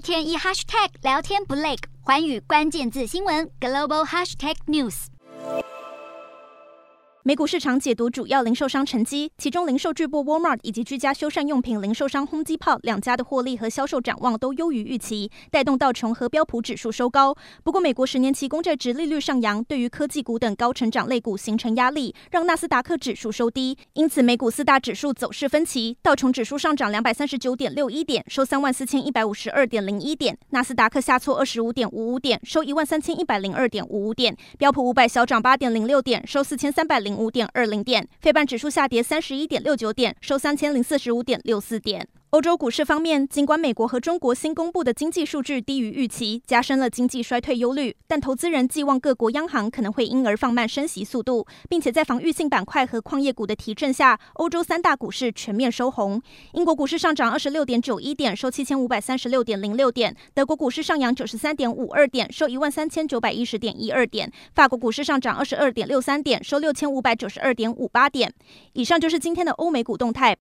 天一 hashtag 聊天不累，寰宇关键字新闻 global hashtag news。 美股市场解读主要零售商成绩，其中零售巨擘 Walmart 以及居家修缮用品零售商 Home Depot 两家的获利和销售展望都优于预期，带动道琼和标普指数收高。不过，美国10年期公债殖利率上扬，对于科技股等高成长类股形成压力，让纳斯达克指数收低。因此，美股四大指数走势分歧，道琼指数上涨239.61点，收34,152.01点；纳斯达克下挫25.55点，收13,102.55点；标普500小涨8.06点，收4305.20点，费半指数下跌31.69点，收3045.64点。欧洲股市方面，尽管美国和中国新公布的经济数据低于预期，加深了经济衰退忧虑，但投资人寄望各国央行可能会因而放慢升息速度，并且在防御性板块和矿业股的提振下，欧洲三大股市全面收红。英国股市上涨26.91点，收7536.06点；德国股市上扬93.52点，收13910.12点；法国股市上涨22.63点，收6592.58点。以上就是今天的欧美股动态。